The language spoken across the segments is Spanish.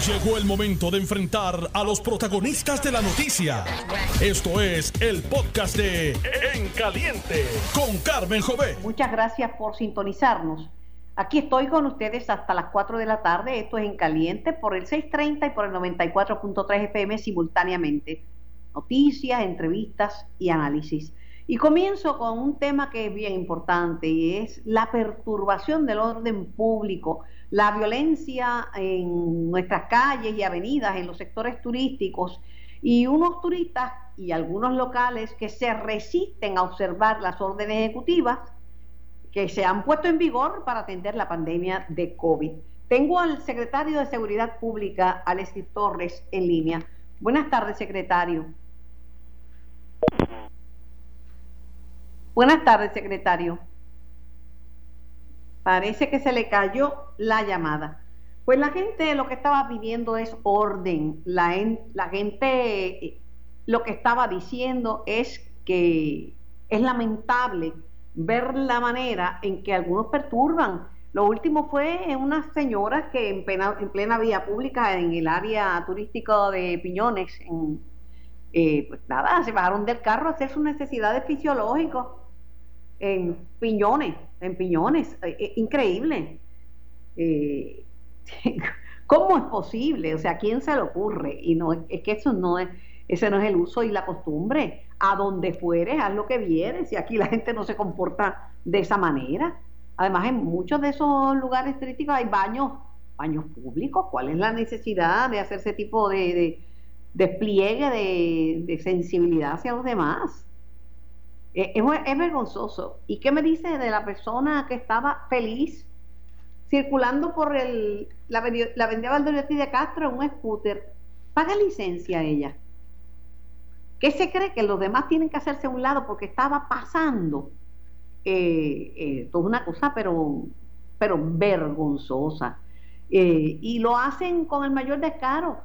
Llegó el momento de enfrentar a los protagonistas de la noticia. Esto es el podcast de En Caliente con Carmen Jové. Muchas gracias por sintonizarnos. Aquí estoy con ustedes hasta las 4 de la tarde. Esto es En Caliente por el 630 y por el 94.3 FM simultáneamente. Noticias, entrevistas y análisis. Y comienzo con un tema que es bien importante y es la perturbación del orden público, la violencia en nuestras calles y avenidas, en los sectores turísticos, y unos turistas y algunos locales que se resisten a observar las órdenes ejecutivas que se han puesto en vigor para atender la pandemia de COVID. Tengo al secretario de Seguridad Pública, Alexis Torres, en línea. Buenas tardes, secretario. Buenas tardes, secretario. Parece que se le cayó la llamada. Pues la gente lo que estaba pidiendo es orden. La gente lo que estaba diciendo es que es lamentable ver la manera en que algunos perturban. Lo último fue unas señoras que en plena vía pública en el área turística de Piñones, pues nada, se bajaron del carro a hacer sus necesidades fisiológicas en Piñones, increíble. ¿Cómo es posible? O sea, ¿a quién se le ocurre? Y no, es que ese no es el uso y la costumbre. A donde fueres, haz lo que vieres, y aquí la gente no se comporta de esa manera. Además, en muchos de esos lugares turísticos hay baños públicos. ¿Cuál es la necesidad de hacer ese tipo de despliegue de sensibilidad hacia los demás? Es vergonzoso. ¿Y qué me dice de la persona que estaba feliz circulando por la avenida Valdoriotti de Castro en un scooter? Paga licencia ella. ¿Qué se cree? Que los demás tienen que hacerse a un lado porque estaba pasando. Toda una cosa, pero vergonzosa. Y lo hacen con el mayor descaro.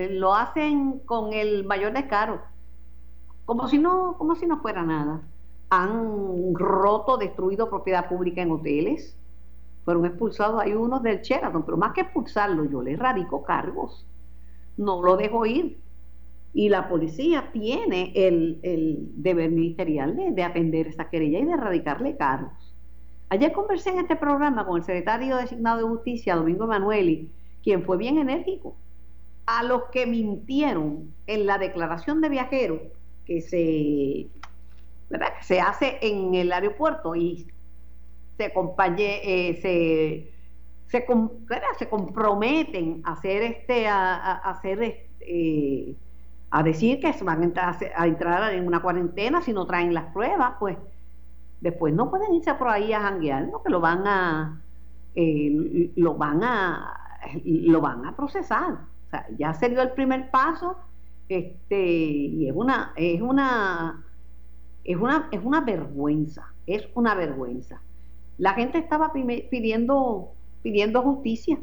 Como si no fuera nada. Han roto, destruido propiedad pública en hoteles. Fueron expulsados, hay unos del Sheraton, pero más que expulsarlo, yo les radico cargos. No lo dejo ir. Y la policía tiene el deber ministerial de atender esa querella y de radicarle cargos. Ayer conversé en este programa con el secretario designado de Justicia, Domingo Emanueli, quien fue bien enérgico. A los que mintieron en la declaración de viajeros que se hace en el aeropuerto y se comprometen a a decir que se van a entrar en una cuarentena si no traen las pruebas, pues después no pueden irse por ahí a janguear, ¿no? Que lo van a procesar. O sea, ya se dio el primer paso, y es una vergüenza, es una vergüenza. La gente estaba pidiendo justicia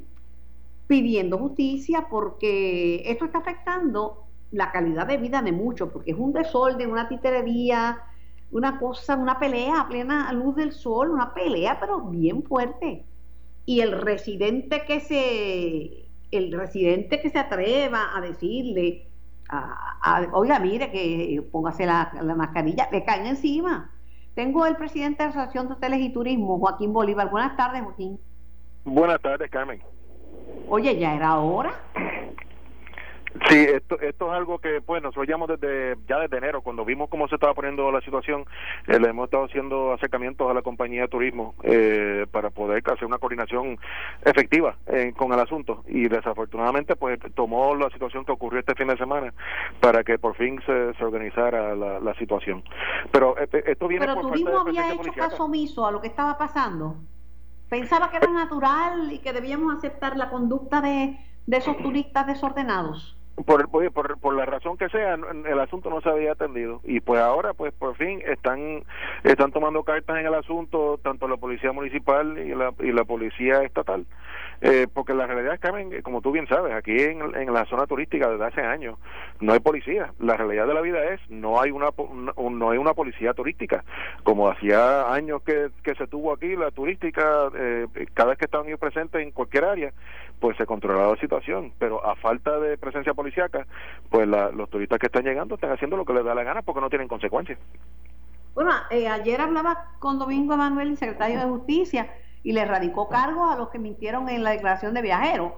porque esto está afectando la calidad de vida de muchos, porque es un desorden, una titerería, una cosa, una pelea a plena luz del sol, una pelea pero bien fuerte. Y el residente que se atreva a decirle, oiga, mire, que póngase la mascarilla, le caen encima. Tengo el presidente de la Asociación de Hoteles y Turismo, Joaquín Bolívar. Buenas tardes, Joaquín. Buenas tardes, Carmen. Oye, ¿ya era hora? Sí, esto es algo que pues nosotros llamamos desde enero, cuando vimos cómo se estaba poniendo la situación. Le hemos estado haciendo acercamientos a la compañía de turismo para poder hacer una coordinación efectiva con el asunto, y desafortunadamente pues tomó la situación que ocurrió este fin de semana para que por fin se organizara la situación. Pero esto viene por turismo falta de había hecho caso omiso a lo que estaba pasando. Pensaba que era natural y que debíamos aceptar la conducta de esos turistas desordenados. Por la razón que sea, el asunto no se había atendido, y pues ahora pues por fin están tomando cartas en el asunto, tanto la policía municipal y la policía estatal, porque la realidad es, Carmen, como tú bien sabes, aquí en la zona turística desde hace años no hay policía. La realidad de la vida es no hay una policía turística, como hacía años que se tuvo aquí la turística. Cada vez que estaban ellos presentes en cualquier área, pues se controlará la situación, pero a falta de presencia policíaca, pues los turistas que están llegando están haciendo lo que les da la gana porque no tienen consecuencias. Bueno, ayer hablaba con Domingo Emanuel, el secretario de Justicia, y le radicó cargos a los que mintieron en la declaración de viajeros.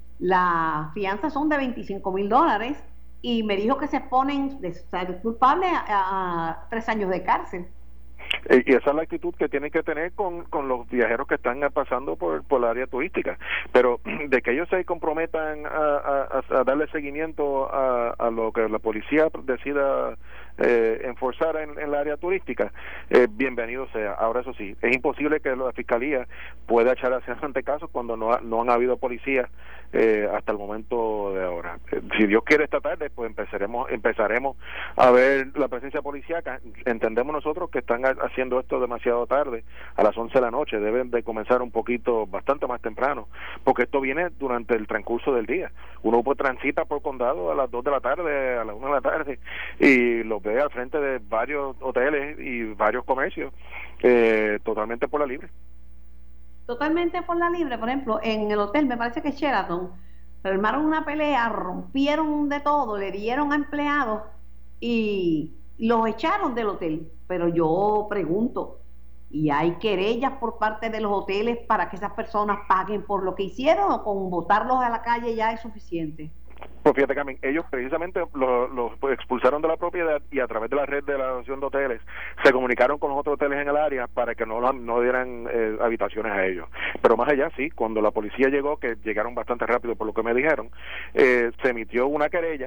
Las fianzas son de $25,000 y me dijo que se exponen de ser culpables a 3 años de cárcel. Y esa es la actitud que tienen que tener con los viajeros que están pasando por la área turística, pero de que ellos se comprometan a darle seguimiento a lo que la policía decida enforzar en la área turística, bienvenido sea. Ahora, eso sí, es imposible que la fiscalía pueda echar hacia adelante casos cuando no han habido policías hasta el momento de ahora. Si Dios quiere, esta tarde pues empezaremos a ver la presencia policíaca. Entendemos nosotros que están haciendo esto demasiado tarde, a las 11 de la noche. Deben de comenzar un poquito, bastante más temprano, porque esto viene durante el transcurso del día. Uno pues transita por condado a las 2 de la tarde, a las 1 de la tarde, y los ve al frente de varios hoteles y varios comercios totalmente por la libre. Totalmente por la libre. Por ejemplo, en el hotel, me parece que Sheraton, armaron una pelea, rompieron de todo, le dieron a empleados y los echaron del hotel. Pero yo pregunto, ¿y hay querellas por parte de los hoteles para que esas personas paguen por lo que hicieron, o con botarlos a la calle ya es suficiente? Pues fíjate, Carmen, ellos precisamente los expulsaron de la propiedad y a través de la red de la asociación de hoteles se comunicaron con los otros hoteles en el área para que no dieran habitaciones a ellos. Pero más allá, sí, cuando la policía llegó, que llegaron bastante rápido por lo que me dijeron, se emitió una querella.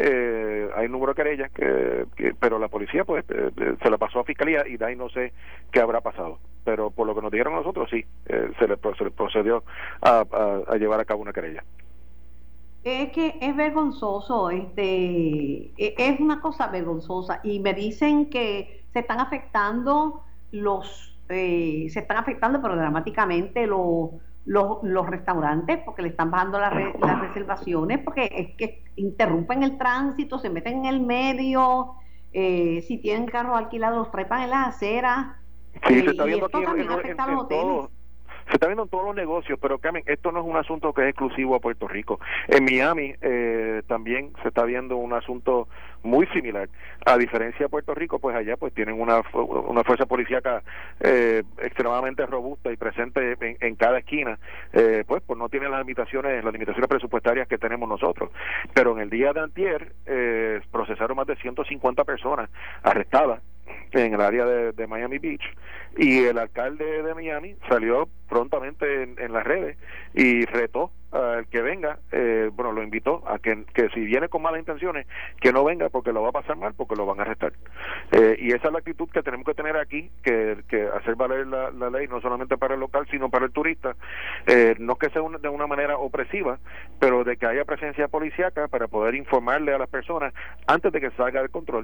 Hay un número de querellas pero la policía pues se la pasó a fiscalía y de ahí no sé qué habrá pasado, pero por lo que nos dijeron a nosotros sí, se le procedió a llevar a cabo una querella. Es que es vergonzoso, es una cosa vergonzosa, y me dicen que se están afectando pero dramáticamente los restaurantes, porque le están bajando las reservaciones, porque es que interrumpen el tránsito, se meten en el medio, si tienen carros alquilados los trepan en las aceras. Sí, se está viendo y esto aquí también afecta a los hoteles. Se está viendo en todos los negocios, pero Carmen, esto no es un asunto que es exclusivo a Puerto Rico. En Miami también se está viendo un asunto muy similar. A diferencia de Puerto Rico, pues allá pues tienen una fuerza policíaca extremadamente robusta y presente en cada esquina, pues no tienen las limitaciones presupuestarias que tenemos nosotros. Pero en el día de antier procesaron más de 150 personas arrestadas en el área de Miami Beach, y el alcalde de Miami salió prontamente en las redes y retó al que venga, lo invitó a que si viene con malas intenciones, que no venga porque lo va a pasar mal, porque lo van a arrestar. Y esa es la actitud que tenemos que tener aquí, que hacer valer la ley, no solamente para el local, sino para el turista, no que sea de una manera opresiva, pero de que haya presencia policíaca para poder informarle a las personas antes de que salga del control.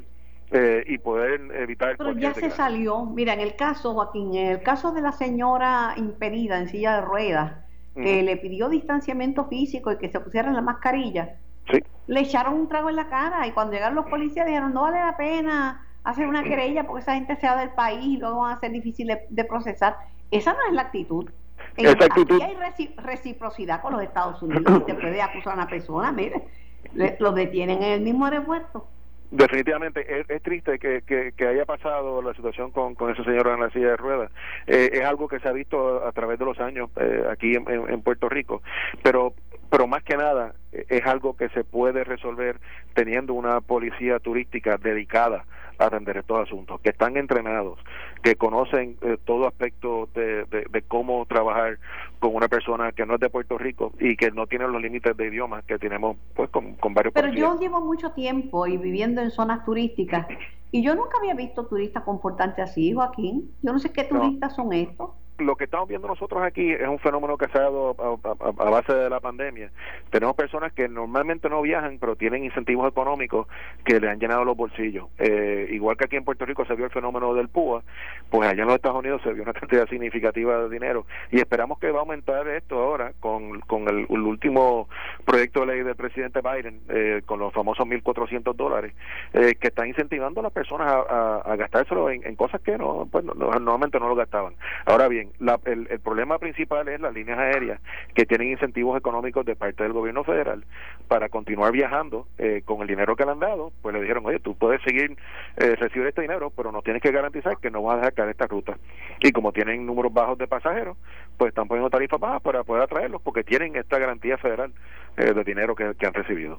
Y poder evitar. Pero ya se salió. Mira, en el caso, Joaquín, en el caso de la señora impedida en silla de ruedas, que le pidió distanciamiento físico y que se pusieran la mascarilla, sí, le echaron un trago en la cara, y cuando llegaron los policías dijeron, no vale la pena hacer una querella porque esa gente se va del país y luego van a ser difíciles de procesar. Esa no es la actitud. Aquí hay reciprocidad con los Estados Unidos. Si te puede acusar a una persona, mire, los detienen en el mismo aeropuerto. Definitivamente es triste que haya pasado la situación con ese señor en la silla de ruedas. Es algo que se ha visto a través de los años aquí en Puerto Rico, pero más que nada es algo que se puede resolver teniendo una policía turística dedicada a atender estos asuntos, que están entrenados, que conocen todo aspecto de cómo trabajar con una persona que no es de Puerto Rico y que no tiene los límites de idioma que tenemos pues con varios Pero policías. Yo llevo mucho tiempo y viviendo en zonas turísticas, y yo nunca había visto turistas comportarse así, Joaquín. Yo no sé qué turistas son estos. Lo que estamos viendo nosotros aquí es un fenómeno que se ha dado a base de la pandemia. Tenemos personas que normalmente no viajan, pero tienen incentivos económicos que le han llenado los bolsillos. Igual que aquí en Puerto Rico se vio el fenómeno del PUA, pues allá en los Estados Unidos se vio una cantidad significativa de dinero, y esperamos que va a aumentar esto ahora con el último proyecto de ley del presidente Biden, con los famosos $1,400, que está incentivando a las personas a gastárselo en cosas que normalmente no lo gastaban. Ahora bien, bien, el problema principal es las líneas aéreas que tienen incentivos económicos de parte del gobierno federal para continuar viajando con el dinero que le han dado. Pues le dijeron, oye, tú puedes seguir recibir este dinero, pero no tienes que garantizar que no vas a dejar caer esta ruta. Y como tienen números bajos de pasajeros, pues están poniendo tarifas bajas para poder atraerlos, porque tienen esta garantía federal de dinero que han recibido.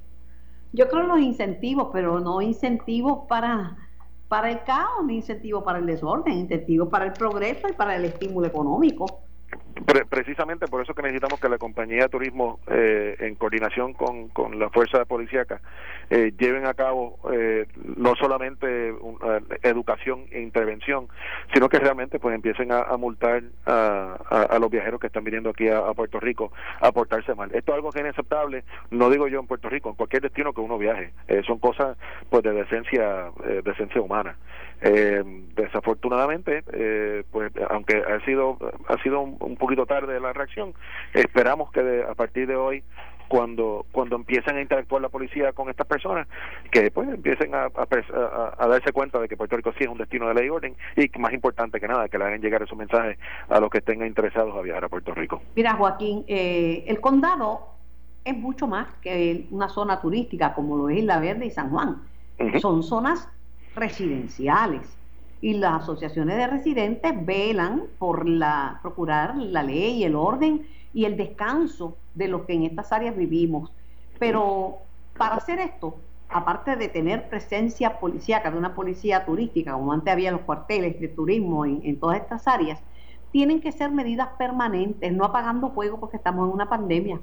Yo creo en los incentivos, pero no incentivos para el caos, ni incentivos para el desorden, incentivos para el progreso y para el estímulo económico. Precisamente por eso que necesitamos que la compañía de turismo, en coordinación con la fuerza policíaca, lleven a cabo no solamente educación e intervención, sino que realmente pues empiecen a multar a los viajeros que están viniendo aquí a Puerto Rico a portarse mal. Esto es algo que es inaceptable, no digo yo en Puerto Rico, en cualquier destino que uno viaje. Son cosas pues de decencia humana. Desafortunadamente, pues aunque ha sido un poquito tarde la reacción, esperamos que a partir de hoy, cuando empiecen a interactuar la policía con estas personas, que pues empiecen a darse cuenta de que Puerto Rico sí es un destino de ley y orden, y más importante que nada, que le hagan llegar esos mensajes a los que estén interesados a viajar a Puerto Rico. Mira, Joaquín, el condado es mucho más que una zona turística como lo es Isla Verde y San Juan. Son zonas residenciales, y las asociaciones de residentes velan por procurar la ley y el orden y el descanso de los que en estas áreas vivimos. Pero para hacer esto, aparte de tener presencia policíaca, de una policía turística, como antes había los cuarteles de turismo en todas estas áreas, tienen que ser medidas permanentes, no apagando fuego porque estamos en una pandemia.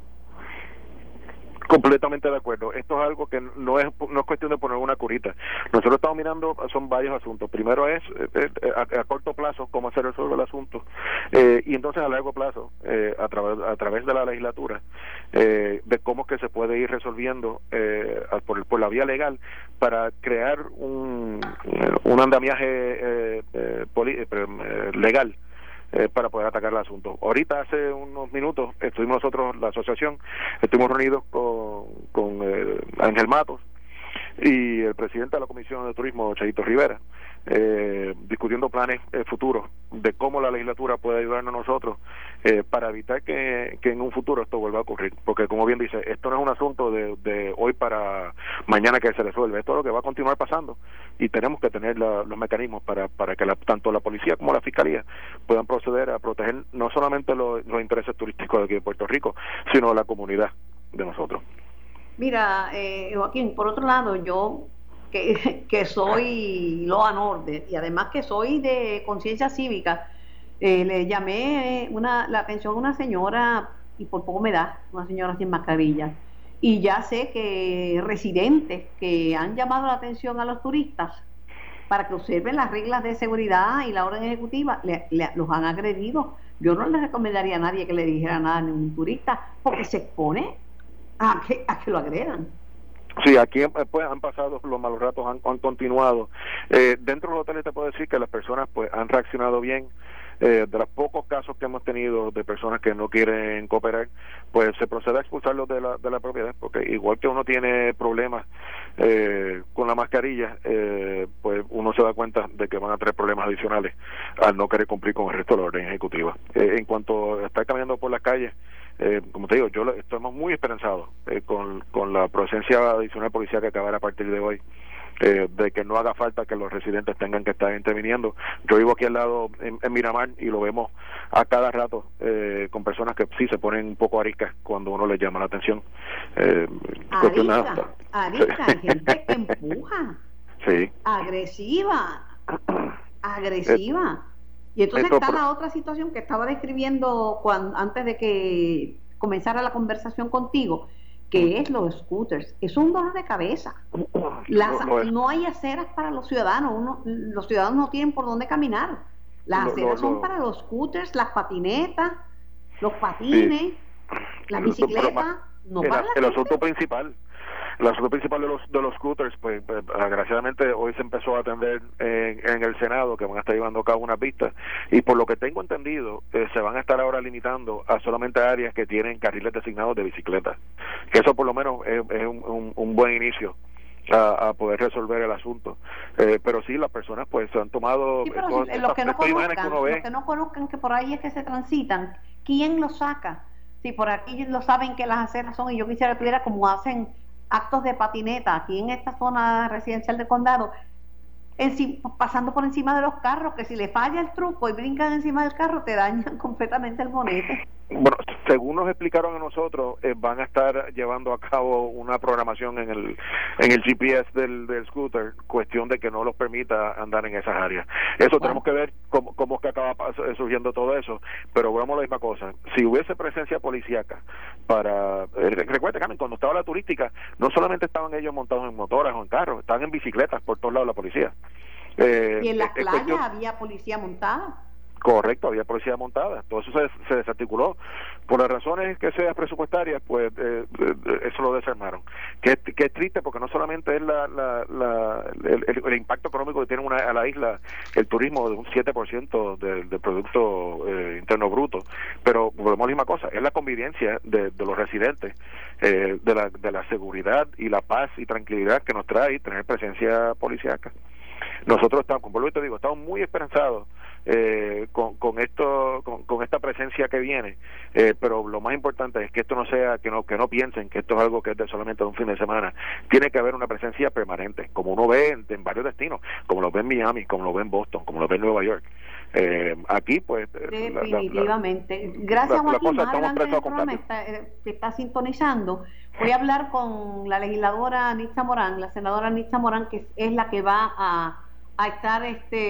Completamente de acuerdo. Esto es algo que no es cuestión de poner una curita. Nosotros estamos mirando, son varios asuntos. Primero es a corto plazo cómo se resuelve el asunto, y entonces a largo plazo, a través de la legislatura, de cómo que se puede ir resolviendo por la vía legal para crear un andamiaje legal para poder atacar el asunto. Ahorita, hace unos minutos, estuvimos nosotros, la asociación, estuvimos reunidos con Ángel Matos y el presidente de la Comisión de Turismo, Chayito Rivera, discutiendo planes futuros de cómo la legislatura puede ayudarnos a nosotros para evitar que en un futuro esto vuelva a ocurrir, porque como bien dice, esto no es un asunto de hoy para mañana que se resuelve, esto es lo que va a continuar pasando, y tenemos que tener los mecanismos para que tanto la policía como la fiscalía puedan proceder a proteger no solamente los intereses turísticos de aquí de Puerto Rico, sino la comunidad de nosotros. Mira, Joaquín, por otro lado, yo que soy law and order y además que soy de conciencia cívica, le llamé la atención a una señora, y por poco me da, una señora sin mascarilla, y ya sé que residentes que han llamado la atención a los turistas para que observen las reglas de seguridad y la orden ejecutiva, los han agredido. Yo no le recomendaría a nadie que le dijera nada a ningún turista, porque se expone a que lo agredan. Sí, aquí pues han pasado los malos ratos, han continuado. Dentro de los hoteles te puedo decir que las personas pues han reaccionado bien. De los pocos casos que hemos tenido de personas que no quieren cooperar, pues se procede a expulsarlos de la propiedad, porque igual que uno tiene problemas con la mascarilla, pues uno se da cuenta de que van a tener problemas adicionales al no querer cumplir con el resto de la orden ejecutiva. En cuanto a estar caminando por las calles, como te digo, estamos muy esperanzados con la presencia adicional policial que acabará a partir de hoy, de que no haga falta que los residentes tengan que estar interviniendo. Yo vivo aquí al lado en Miramar y lo vemos a cada rato, con personas que sí se ponen un poco aricas cuando uno les llama la atención. Arica, hay gente que empuja, sí, agresiva. Y entonces está la otra situación que estaba describiendo antes de que comenzara la conversación contigo, que es los scooters. Es un dolor de cabeza. No hay aceras para los ciudadanos. Los ciudadanos no tienen por dónde caminar. Las aceras son para los scooters, las patinetas, los patines, las bicicletas. El asunto principal de los scooters, pues desgraciadamente hoy se empezó a atender en el Senado, que van a estar llevando a cabo unas vistas, y por lo que tengo entendido, se van a estar ahora limitando a solamente áreas que tienen carriles designados de bicicletas, que eso por lo menos es un buen inicio a poder resolver el asunto. Pero sí, las personas pues se han tomado sí, pero los que no conozcan que por ahí es que se transitan, ¿quién los saca? Si por aquí lo saben que las aceras son, y yo quisiera que tuviera como hacen actos de patineta aquí en esta zona residencial del condado, pasando por encima de los carros, que si le falla el truco y brincan encima del carro te dañan completamente el bonete. Bueno, según nos explicaron a nosotros, van a estar llevando a cabo una programación en el GPS del scooter, cuestión de que no los permita andar en esas áreas. Eso tenemos que ver cómo es que acaba surgiendo todo eso, pero vemos la misma cosa. Si hubiese presencia policíaca para... recuerda, Carmen, cuando estaba la turística, no solamente estaban ellos montados en motoras o en carros, estaban en bicicletas por todos lados la policía. Y en las playas había policía montada. Correcto, había policía montada. Todo eso se desarticuló. Por las razones que sean presupuestarias, pues eso lo desarmaron. Que es triste porque no solamente es el impacto económico que tiene a la isla el turismo de un 7% del Producto Interno Bruto, pero volvemos a la misma cosa, es la convivencia de los residentes, de la seguridad y la paz y tranquilidad que nos trae tener presencia policíaca. Nosotros estamos, como te digo, estamos muy esperanzados con esta presencia que viene, pero lo más importante es que esto no sea, que no piensen que esto es algo que es solamente de un fin de semana. Tiene que haber una presencia permanente, como uno ve en varios destinos, como lo ve en Miami, como lo ve en Boston, como lo ve en Nueva York. Aquí pues definitivamente. Gracias, Joaquín. Más adelante del programa te está sintonizando. Voy a hablar con la legisladora Nitza Morán, la senadora Nitza Morán, que es la que va a estar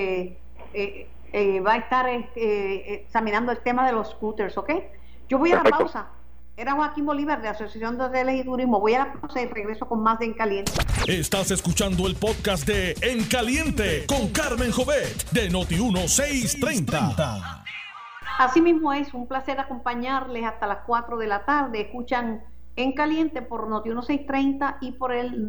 examinando el tema de los scooters, ¿ok? Yo voy a la pausa. Era Joaquín Bolívar de la Asociación de Hoteles y Turismo. Voy a la pausa y regreso con más de En Caliente. Estás escuchando el podcast de En Caliente con Carmen Jovet de Noti1 630. Así mismo es, un placer acompañarles hasta las 4 de la tarde. Escuchan En Caliente por Noti1 630 y por el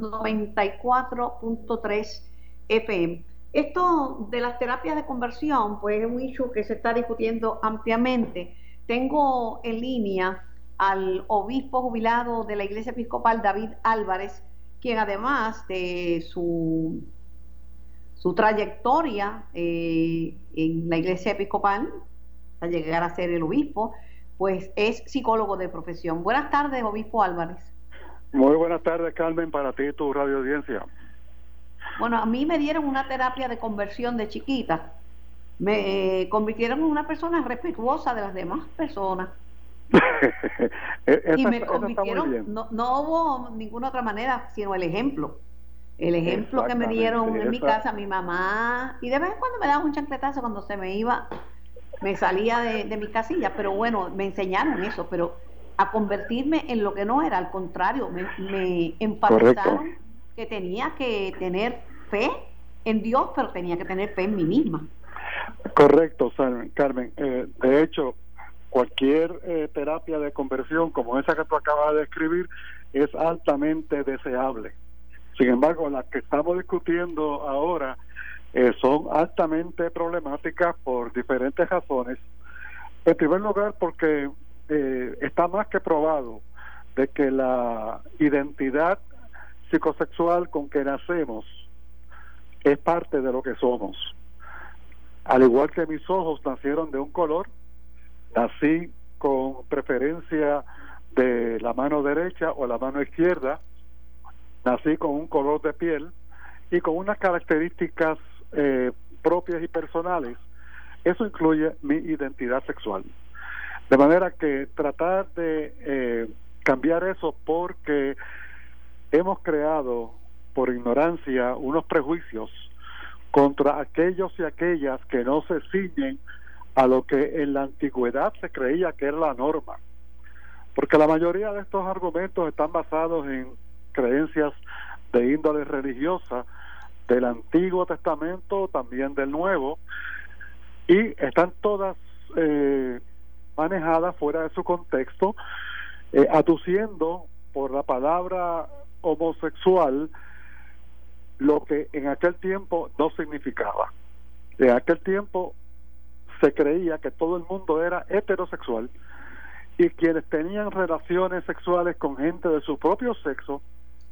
94.3 FM. Esto de las terapias de conversión, pues es un issue que se está discutiendo ampliamente. Tengo en línea al obispo jubilado de la Iglesia Episcopal, David Álvarez, quien además de su trayectoria en la Iglesia Episcopal, hasta llegar a ser el obispo, pues es psicólogo de profesión. Buenas tardes, obispo Álvarez. Muy buenas tardes, Carmen, para ti y tu radio audiencia. Bueno, a mí me dieron una terapia de conversión de chiquita. Me convirtieron en una persona respetuosa de las demás personas. Y me convirtieron, no hubo ninguna otra manera sino el ejemplo que me dieron en mi casa, mi mamá, y de vez en cuando me daban un chancletazo cuando se me salía de mi casilla, pero bueno, me enseñaron eso, pero a convertirme en lo que no era, al contrario, me enfatizaron que tenía que tener fe en Dios, pero tenía que tener fe en mí misma. Correcto, Carmen. De hecho, cualquier terapia de conversión como esa que tú acabas de describir es altamente deseable. Sin embargo, las que estamos discutiendo ahora son altamente problemáticas por diferentes razones. En primer lugar, porque está más que probado de que la identidad psicosexual con que nacemos es parte de lo que somos. Al igual que mis ojos nacieron de un color, nací con preferencia de la mano derecha o la mano izquierda, nací con un color de piel y con unas características propias y personales. Eso incluye mi identidad sexual. De manera que tratar de cambiar eso porque hemos creado por ignorancia unos prejuicios contra aquellos y aquellas que no se ciñen a lo que en la antigüedad se creía que era la norma, porque la mayoría de estos argumentos están basados en creencias de índole religiosa del Antiguo Testamento, también del Nuevo, y están todas manejadas fuera de su contexto, aduciendo por la palabra homosexual lo que en aquel tiempo no significaba. En aquel tiempo se creía que todo el mundo era heterosexual y quienes tenían relaciones sexuales con gente de su propio sexo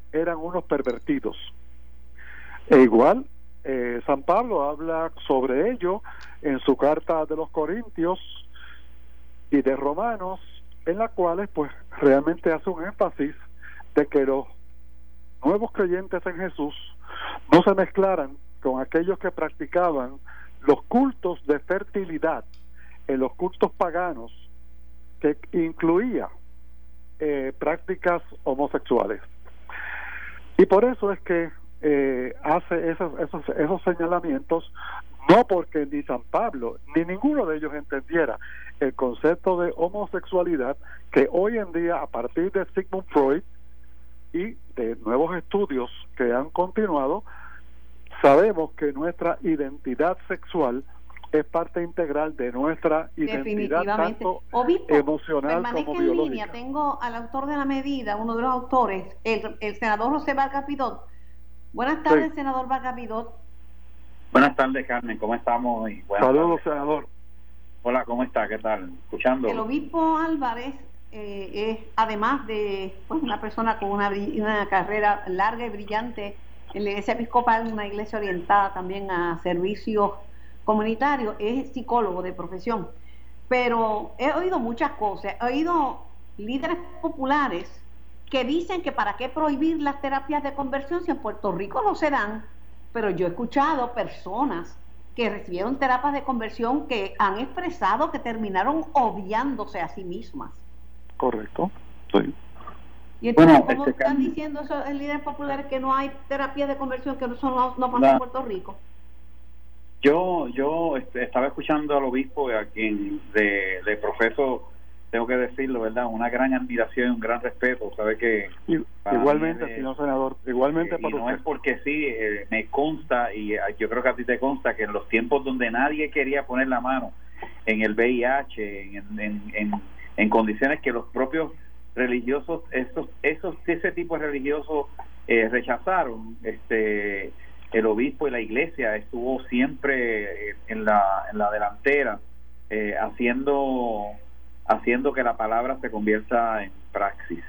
eran unos pervertidos. E igual, San Pablo habla sobre ello en su carta de los Corintios y de Romanos, en las cuales pues realmente hace un énfasis de que los nuevos creyentes en Jesús no se mezclaran con aquellos que practicaban los cultos de fertilidad en los cultos paganos, que incluía prácticas homosexuales. Y por eso es que hace esos señalamientos, no porque ni San Pablo ni ninguno de ellos entendiera el concepto de homosexualidad, que hoy en día, a partir de Sigmund Freud y de nuevos estudios que han continuado, sabemos que nuestra identidad sexual es parte integral de nuestra identidad, tanto Obispo, emocional como en biológica. Línea. Tengo al autor de la medida, uno de los autores, el senador José Vargas Vidot. Buenas tardes, senador Vargas Vidot. Buenas tardes, Carmen, ¿cómo estamos? Y saludos, senador. Hola, ¿cómo está? ¿Qué tal? Escuchando. El obispo Álvarez es, además de una persona con una carrera larga y brillante en la iglesia episcopal, una iglesia orientada también a servicios comunitarios, es psicólogo de profesión. Pero he oído muchas cosas, he oído líderes populares que dicen que para qué prohibir las terapias de conversión si en Puerto Rico no se dan, pero yo he escuchado personas que recibieron terapias de conversión que han expresado que terminaron odiándose a sí mismas. Correcto, sí. Y entonces, ¿cómo están diciendo esos líderes populares que no hay terapias de conversión, que no pasan en Puerto Rico? Yo estaba escuchando al obispo, a quien de profeso, tengo que decirlo, ¿verdad? Una gran admiración y un gran respeto. Sabe que igualmente, señor senador, igualmente para usted. No es porque sí, me consta, y yo creo que a ti te consta, que en los tiempos donde nadie quería poner la mano en el VIH, en condiciones que los propios religiosos, ese tipo de religiosos rechazaron, el obispo y la iglesia estuvo siempre en la delantera, haciendo que la palabra se convierta en praxis.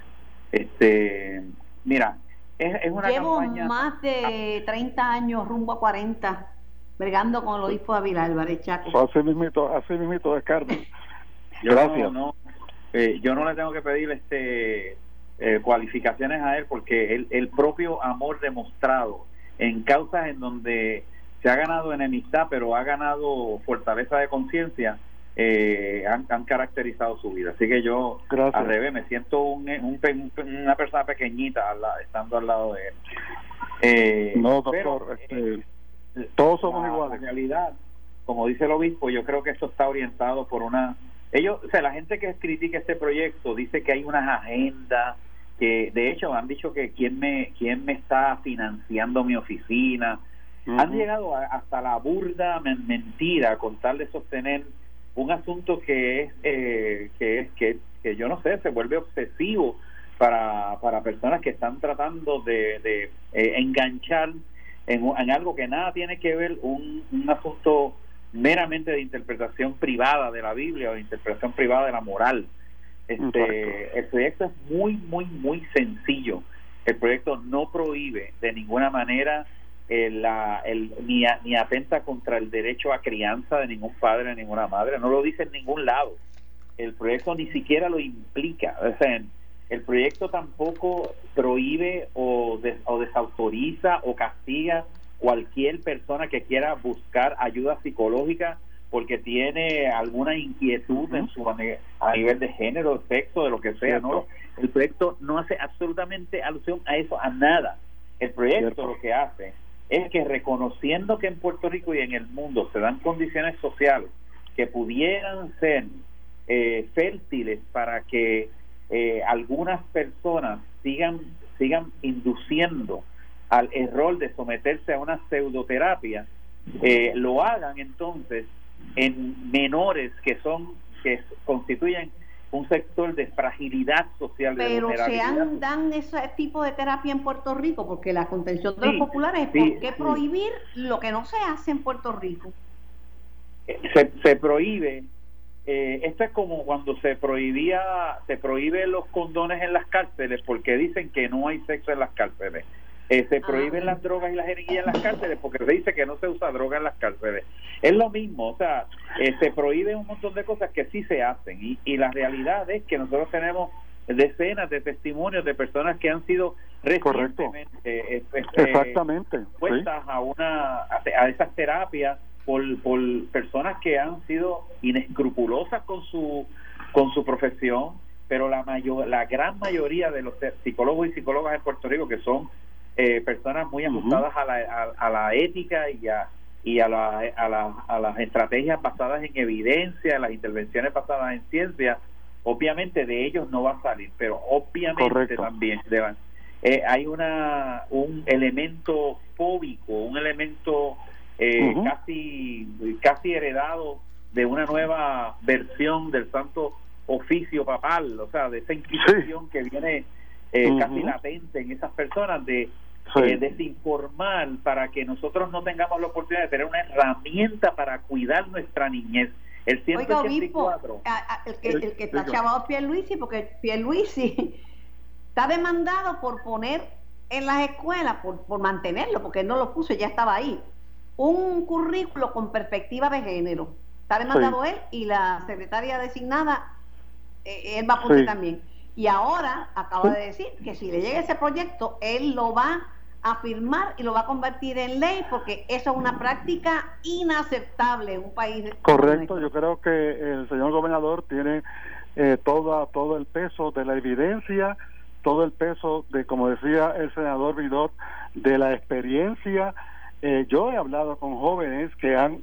Mira, es una Llevo campaña... más de 30 años, rumbo a 40, bregando con el obispo David Álvarez, Chaco. Así mismito es, Carmen. Gracias. Yo no le tengo que pedir cualificaciones a él, porque el propio amor demostrado en causas en donde se ha ganado enemistad, pero ha ganado fortaleza de conciencia, han caracterizado su vida. Así que yo, al revés, me siento una persona pequeñita estando al lado de él. No, doctor, pero, todos somos iguales. En realidad, como dice el obispo, yo creo que esto está orientado por la gente que critica este proyecto dice que hay unas agendas, que de hecho han dicho que quién me está financiando mi oficina. Han llegado hasta la burda mentira con tal de sostener un asunto que yo no sé, se vuelve obsesivo para personas que están tratando de enganchar en algo que nada tiene que ver, un asunto meramente de interpretación privada de la Biblia o de interpretación privada de la moral. El proyecto es muy, muy, muy sencillo. El proyecto no prohíbe de ninguna manera ni atenta contra el derecho a crianza de ningún padre, de ninguna madre. No lo dice en ningún lado. El proyecto ni siquiera lo implica. O sea, el proyecto tampoco prohíbe o desautoriza o castiga cualquier persona que quiera buscar ayuda psicológica porque tiene alguna inquietud a nivel de género, sexo, de lo que sea. ¿No? El proyecto no hace absolutamente alusión a eso, a nada. El proyecto lo que hace es que, reconociendo que en Puerto Rico y en el mundo se dan condiciones sociales que pudieran ser fértiles para que algunas personas sigan induciendo al error de someterse a una pseudoterapia, lo hagan entonces en menores que constituyen un sector de fragilidad social, de vulnerabilidad. Pero dan ese tipo de terapia en Puerto Rico, porque la contención de los populares es ¿por qué prohibir lo que no se hace en Puerto Rico? Se prohíbe esto es como cuando se prohíbe los condones en las cárceles porque dicen que no hay sexo en las cárceles. Se prohíben las drogas y las jeringuillas en las cárceles porque se dice que no se usa droga en las cárceles. Es lo mismo, o sea, se prohíben un montón de cosas que sí se hacen y la realidad es que nosotros tenemos decenas de testimonios de personas que han sido recientemente exactamente puestas a esas terapias por personas que han sido inescrupulosas con su profesión, pero la gran mayoría de los psicólogos y psicólogas en Puerto Rico, que son personas muy ajustadas a la ética y a las estrategias basadas en evidencia, las intervenciones basadas en ciencia, obviamente de ellos no va a salir, pero obviamente también hay un elemento fóbico, un elemento casi heredado de una nueva versión del santo oficio papal, o sea, de esa inquisición que viene casi latente en esas personas de desinformar para que nosotros no tengamos la oportunidad de tener una herramienta para cuidar nuestra niñez. El 184. Oiga, obispo, el que está chavado es Pierluisi, porque Pierluisi está demandado por poner en las escuelas, por mantenerlo, porque él no lo puso, ya estaba ahí, un currículo con perspectiva de género. Está demandado él y la secretaria designada, él va a poner también. Y ahora acaba de decir que si le llega ese proyecto, él lo va a firmar y lo va a convertir en ley, porque eso es una práctica inaceptable en un país. Correcto, yo creo que el señor gobernador tiene todo el peso de la evidencia, todo el peso de, como decía el senador Vidot, de la experiencia. Yo he hablado con jóvenes que han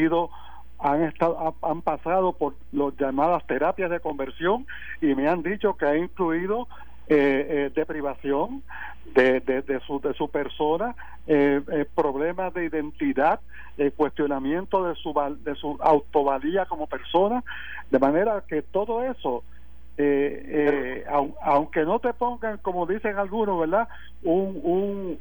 pasado por las llamadas terapias de conversión y me han dicho que ha incluido deprivación de su persona, problemas de identidad, cuestionamiento de su autovalía como persona, de manera que todo eso, aunque no te pongan, como dicen algunos, ¿verdad?, un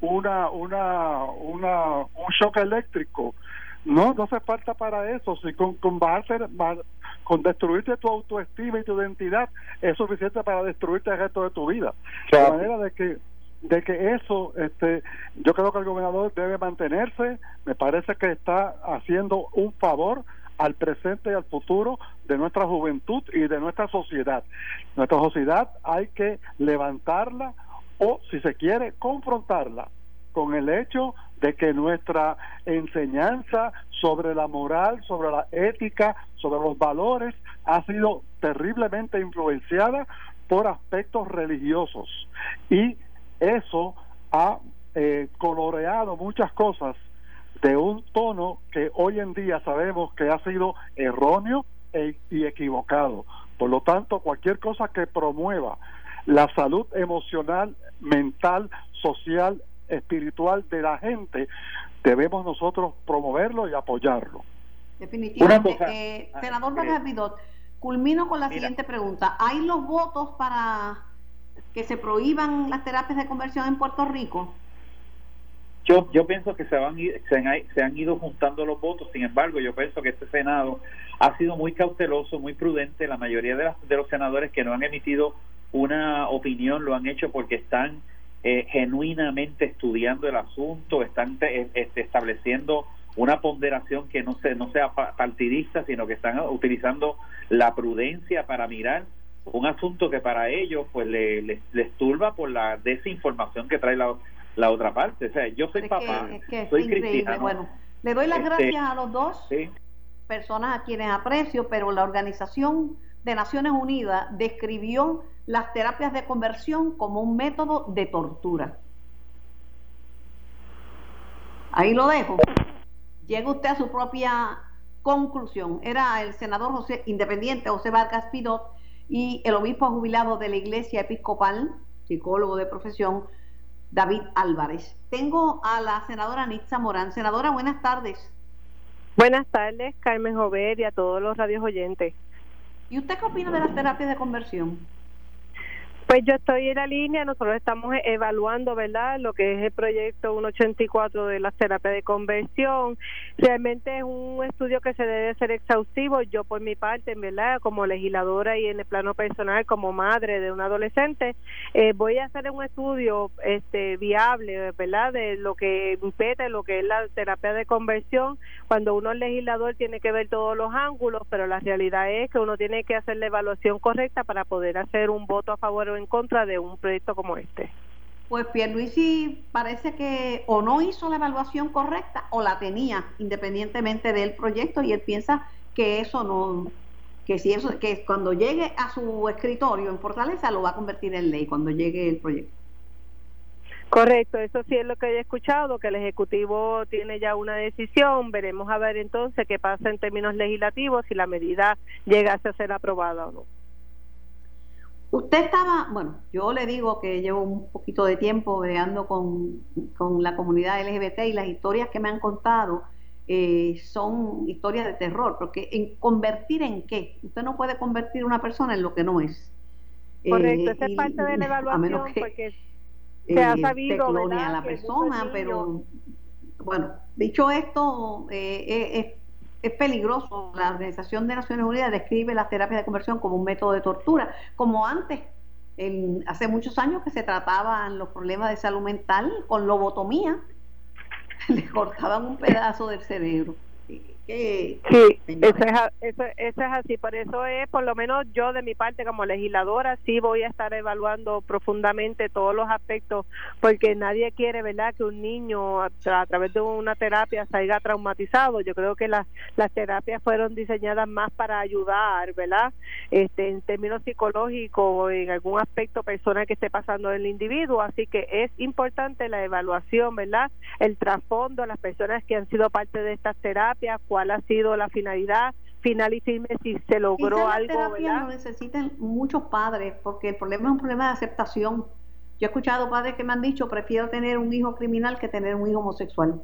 shock eléctrico, no hace falta para eso. Si con destruirte tu autoestima y tu identidad es suficiente para destruirte el resto de tu vida. De manera de que eso, yo creo que el gobernador debe mantenerse. Me parece que está haciendo un favor al presente y al futuro de nuestra juventud y de nuestra sociedad. Nuestra sociedad hay que levantarla o, si se quiere, confrontarla con el hecho de que nuestra enseñanza sobre la moral, sobre la ética, sobre los valores, ha sido terriblemente influenciada por aspectos religiosos, y eso ha coloreado muchas cosas de un tono que hoy en día sabemos que ha sido erróneo y equivocado. Por lo tanto, cualquier cosa que promueva la salud emocional, mental, social, espiritual de la gente, debemos nosotros promoverlo y apoyarlo. Definitivamente. Senador Vargas Vidot, culmino con la siguiente pregunta. ¿Hay los votos para que se prohíban las terapias de conversión en Puerto Rico? Yo pienso que se han ido juntando los votos. Sin embargo, yo pienso que este Senado ha sido muy cauteloso, muy prudente. La mayoría de los senadores que no han emitido una opinión lo han hecho porque están genuinamente estudiando el asunto, están estableciendo una ponderación que no sea partidista, sino que están utilizando la prudencia para mirar un asunto que para ellos pues les turba por la desinformación que trae la otra parte. O sea, yo soy papá, soy cristiano. Bueno, le doy las gracias a los dos, personas a quienes aprecio, pero la Organización de Naciones Unidas describió las terapias de conversión como un método de tortura. Ahí lo dejo. Llega usted a su propia conclusión. Era el senador independiente José Vargas Vidot y el obispo jubilado de la Iglesia Episcopal, psicólogo de profesión, David Álvarez. Tengo a la senadora Nitza Morán. Senadora, buenas tardes. Buenas tardes, Carmen Jover, y a todos los radios oyentes. ¿Y usted qué opina de las terapias de conversión? Pues yo estoy en la línea, nosotros estamos evaluando, ¿verdad?, lo que es el proyecto 184 de la terapia de conversión. Realmente es un estudio que se debe ser exhaustivo. Yo por mi parte, ¿verdad?, como legisladora y en el plano personal, como madre de un adolescente, voy a hacer un estudio viable, ¿verdad?, de lo que impete, lo que es la terapia de conversión. Cuando uno es legislador tiene que ver todos los ángulos, pero la realidad es que uno tiene que hacer la evaluación correcta para poder hacer un voto a favor o en contra de un proyecto como este. Pues Pierluisi parece que o no hizo la evaluación correcta o la tenía independientemente del proyecto, y él piensa que eso no, que cuando llegue a su escritorio en Fortaleza lo va a convertir en ley cuando llegue el proyecto. Correcto, eso sí es lo que he escuchado, que el Ejecutivo tiene ya una decisión. Veremos a ver entonces qué pasa en términos legislativos, si la medida llegase a ser aprobada o no. Usted estaba, bueno, yo le digo que llevo un poquito de tiempo bregando con la comunidad LGBT, y las historias que me han contado son historias de terror, porque ¿convertir en qué? Usted no puede convertir a una persona en lo que no es. Correcto, esa es parte de la evaluación, a menos que porque se ha sabido, te clone ¿verdad?, a la persona, pero bueno, dicho esto, es peligroso. La Organización de Naciones Unidas describe las terapias de conversión como un método de tortura, como antes, hace muchos años, que se trataban los problemas de salud mental con lobotomía. Le cortaban un pedazo del cerebro. Sí, eso es así. Por eso es, por lo menos yo de mi parte como legisladora, sí voy a estar evaluando profundamente todos los aspectos, porque nadie quiere, ¿verdad?, que un niño a través de una terapia salga traumatizado. Yo creo que las terapias fueron diseñadas más para ayudar, ¿verdad?, en términos psicológicos o en algún aspecto personal que esté pasando el individuo. Así que es importante la evaluación, ¿verdad?, el trasfondo, las personas que han sido parte de estas terapias, cuál ha sido la finalidad final y firme, si se logró algo, ¿verdad? Lo necesitan muchos padres, porque el problema es un problema de aceptación. Yo he escuchado padres que me han dicho: prefiero tener un hijo criminal que tener un hijo homosexual.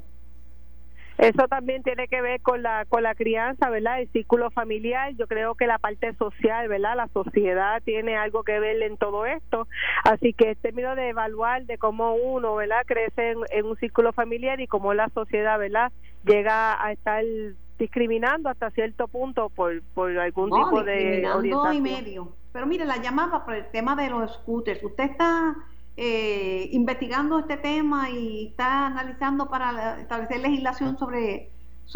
Eso también tiene que ver con la crianza, ¿verdad?, el círculo familiar. Yo creo que la parte social, ¿verdad?, la sociedad tiene algo que ver en todo esto. Así que en términos de evaluar de cómo uno, ¿verdad?, crece en un círculo familiar y cómo la sociedad, ¿verdad?, llega a estar discriminando hasta cierto punto por algún tipo de orientación. Y medio. Pero mire, la llamaba por el tema de los scooters. ¿Usted está investigando este tema y está analizando para establecer legislación sobre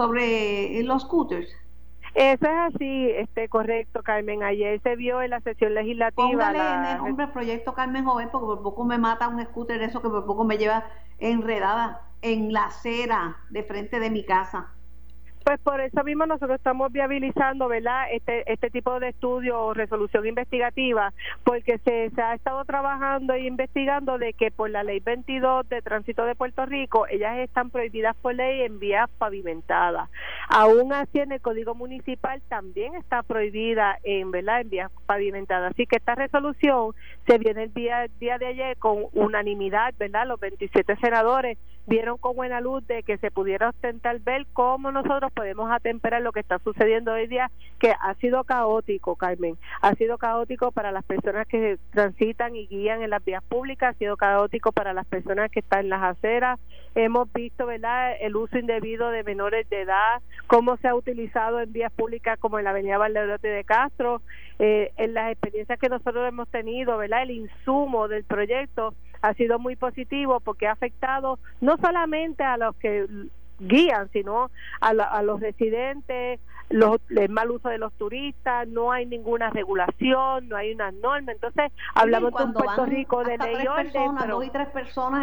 los scooters? Eso es así, correcto, Carmen. Ayer se vio en la sesión legislativa. Póngale en el nombre del proyecto Carmen Joven, porque por poco me mata un scooter, eso que por poco me lleva enredada en la acera de frente de mi casa. Pues por eso mismo nosotros estamos viabilizando, ¿verdad?, este tipo de estudio o resolución investigativa, porque se ha estado trabajando e investigando de que por la ley 22 de tránsito de Puerto Rico, ellas están prohibidas por ley en vías pavimentadas. Aún así, en el Código Municipal también está prohibida en vías pavimentadas. Así que esta resolución se viene el día de ayer con unanimidad, ¿verdad? Los 27 senadores vieron con buena luz de que se pudiera ostentar ver cómo nosotros podemos atemperar lo que está sucediendo hoy día, que ha sido caótico, Carmen. Ha sido caótico para las personas que transitan y guían en las vías públicas, ha sido caótico para las personas que están en las aceras. Hemos visto, ¿verdad?, el uso indebido de menores de edad, cómo se ha utilizado en vías públicas como en la avenida Valderote de Castro. En las experiencias que nosotros hemos tenido, ¿verdad?, el insumo del proyecto ha sido muy positivo, porque ha afectado no solamente a los que guían, sino a los residentes, el mal uso de los turistas. No hay ninguna regulación, no hay una norma. Entonces hablamos de un Puerto Rico de ley y orden, pero 2 y 3 personas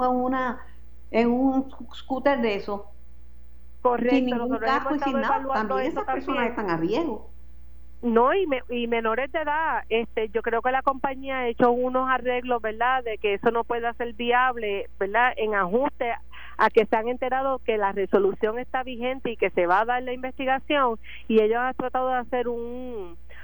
en un scooter de eso, correcto, sin ningún casco y sin nada, también esas personas están a riesgo. No, y menores de edad. Yo creo que la compañía ha hecho unos arreglos, ¿verdad?, de que eso no pueda ser viable, ¿verdad?, en ajuste a que se han enterado que la resolución está vigente y que se va a dar la investigación, y ellos han tratado de hacer un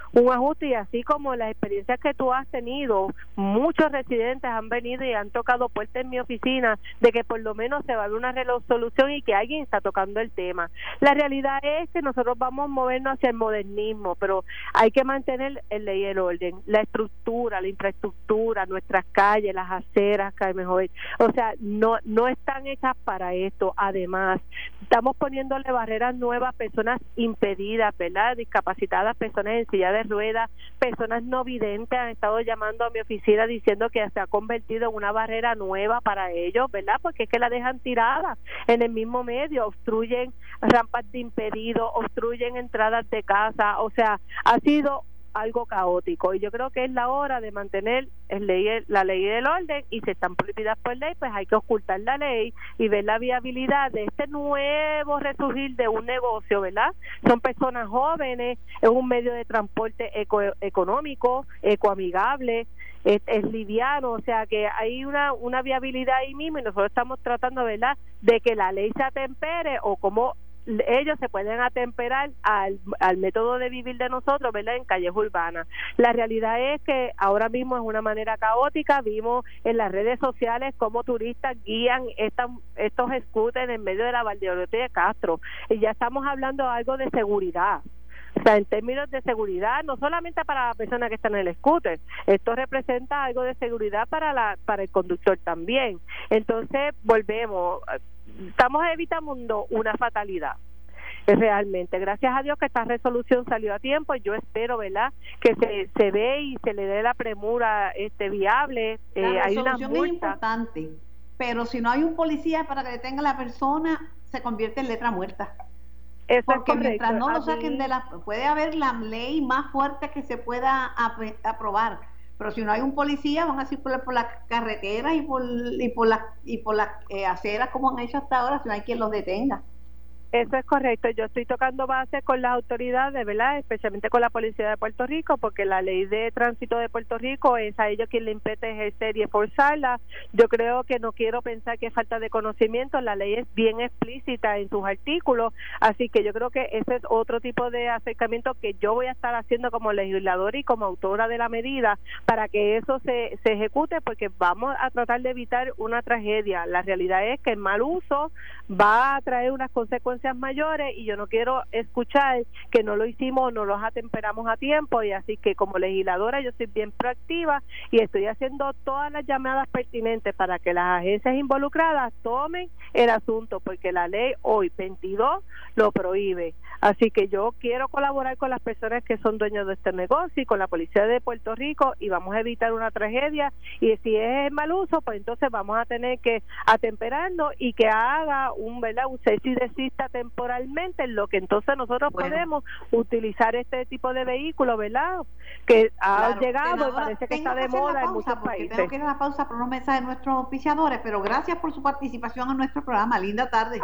un ajuste, y así como las experiencias que tú has tenido, muchos residentes han venido y han tocado puertas en mi oficina de que por lo menos se va a ver una resolución y que alguien está tocando el tema. La realidad es que nosotros vamos a movernos hacia el modernismo, pero hay que mantener el ley y el orden, la estructura, la infraestructura, nuestras calles, las aceras, Carmen Jovet, o sea, no están hechas para esto. Además, estamos poniéndole barreras nuevas a personas impedidas, ¿verdad?, discapacitadas, personas en silla de ruedas, personas no videntes han estado llamando a mi oficina diciendo que se ha convertido en una barrera nueva para ellos, ¿verdad?, porque es que la dejan tirada en el mismo medio, obstruyen rampas de impedidos, obstruyen entradas de casa, o sea, ha sido algo caótico, y yo creo que es la hora de mantener la ley del orden, y si están prohibidas por ley, pues hay que ocultar la ley y ver la viabilidad de este nuevo resurgir de un negocio, ¿verdad? Son personas jóvenes, es un medio de transporte económico, ecoamigable, es liviano, o sea que hay una viabilidad ahí mismo, y nosotros estamos tratando, ¿verdad?, de que la ley se atempere, o como ellos se pueden atemperar al método de vivir de nosotros, ¿verdad?, en calles urbanas. La realidad es que ahora mismo es una manera caótica. Vimos en las redes sociales cómo turistas guían estos scooters en medio de la Valdeoriotti de Castro, y ya estamos hablando de algo de seguridad. O sea, en términos de seguridad, no solamente para la persona que está en el scooter, esto representa algo de seguridad para el conductor también. Entonces, volvemos, estamos evitando una fatalidad. Realmente, gracias a Dios que esta resolución salió a tiempo, y yo espero, ¿verdad?, que se ve y se le dé la premura viable. La hay una resolución es importante, pero si no hay un policía para que detenga a la persona, se convierte en letra muerta. Eso porque es mientras no lo saquen puede haber la ley más fuerte que se pueda aprobar, pero si no hay un policía, van a circular por las carreteras y por las aceras como han hecho hasta ahora, si no hay quien los detenga. Eso es correcto. Yo estoy tocando base con las autoridades, ¿verdad?, especialmente con la Policía de Puerto Rico, porque la ley de tránsito de Puerto Rico es a ellos quien le impete ejercer y esforzarla. Yo creo que no quiero pensar que es falta de conocimiento, la ley es bien explícita en sus artículos, así que yo creo que ese es otro tipo de acercamiento que yo voy a estar haciendo como legisladora y como autora de la medida para que eso se ejecute, porque vamos a tratar de evitar una tragedia. La realidad es que el mal uso va a traer unas consecuencias mayores, y yo no quiero escuchar que no lo hicimos, no los atemperamos a tiempo, y así que como legisladora yo soy bien proactiva y estoy haciendo todas las llamadas pertinentes para que las agencias involucradas tomen el asunto, porque la ley hoy 22 lo prohíbe. Así que yo quiero colaborar con las personas que son dueños de este negocio y con la Policía de Puerto Rico, y vamos a evitar una tragedia, y si es el mal uso, pues entonces vamos a tener que atemperarnos y que haga un cese y desista temporalmente, en lo que entonces nosotros podemos utilizar este tipo de vehículo, ¿verdad?, que ha llegado y parece que está de moda en muchos países. Tengo que ir a la pausa por unos mensajes de nuestros auspiciadores, pero gracias por su participación en nuestro programa. Linda tarde.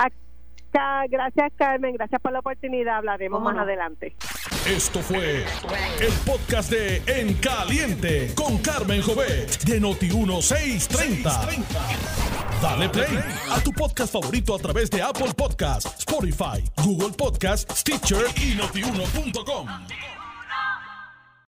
Gracias, Carmen, gracias por la oportunidad, hablaremos más adelante. Esto fue el podcast de En Caliente con Carmen Jovet de Noti1 630. Dale play a tu podcast favorito a través de Apple Podcasts, Spotify, Google Podcasts, Stitcher y Notiuno.com.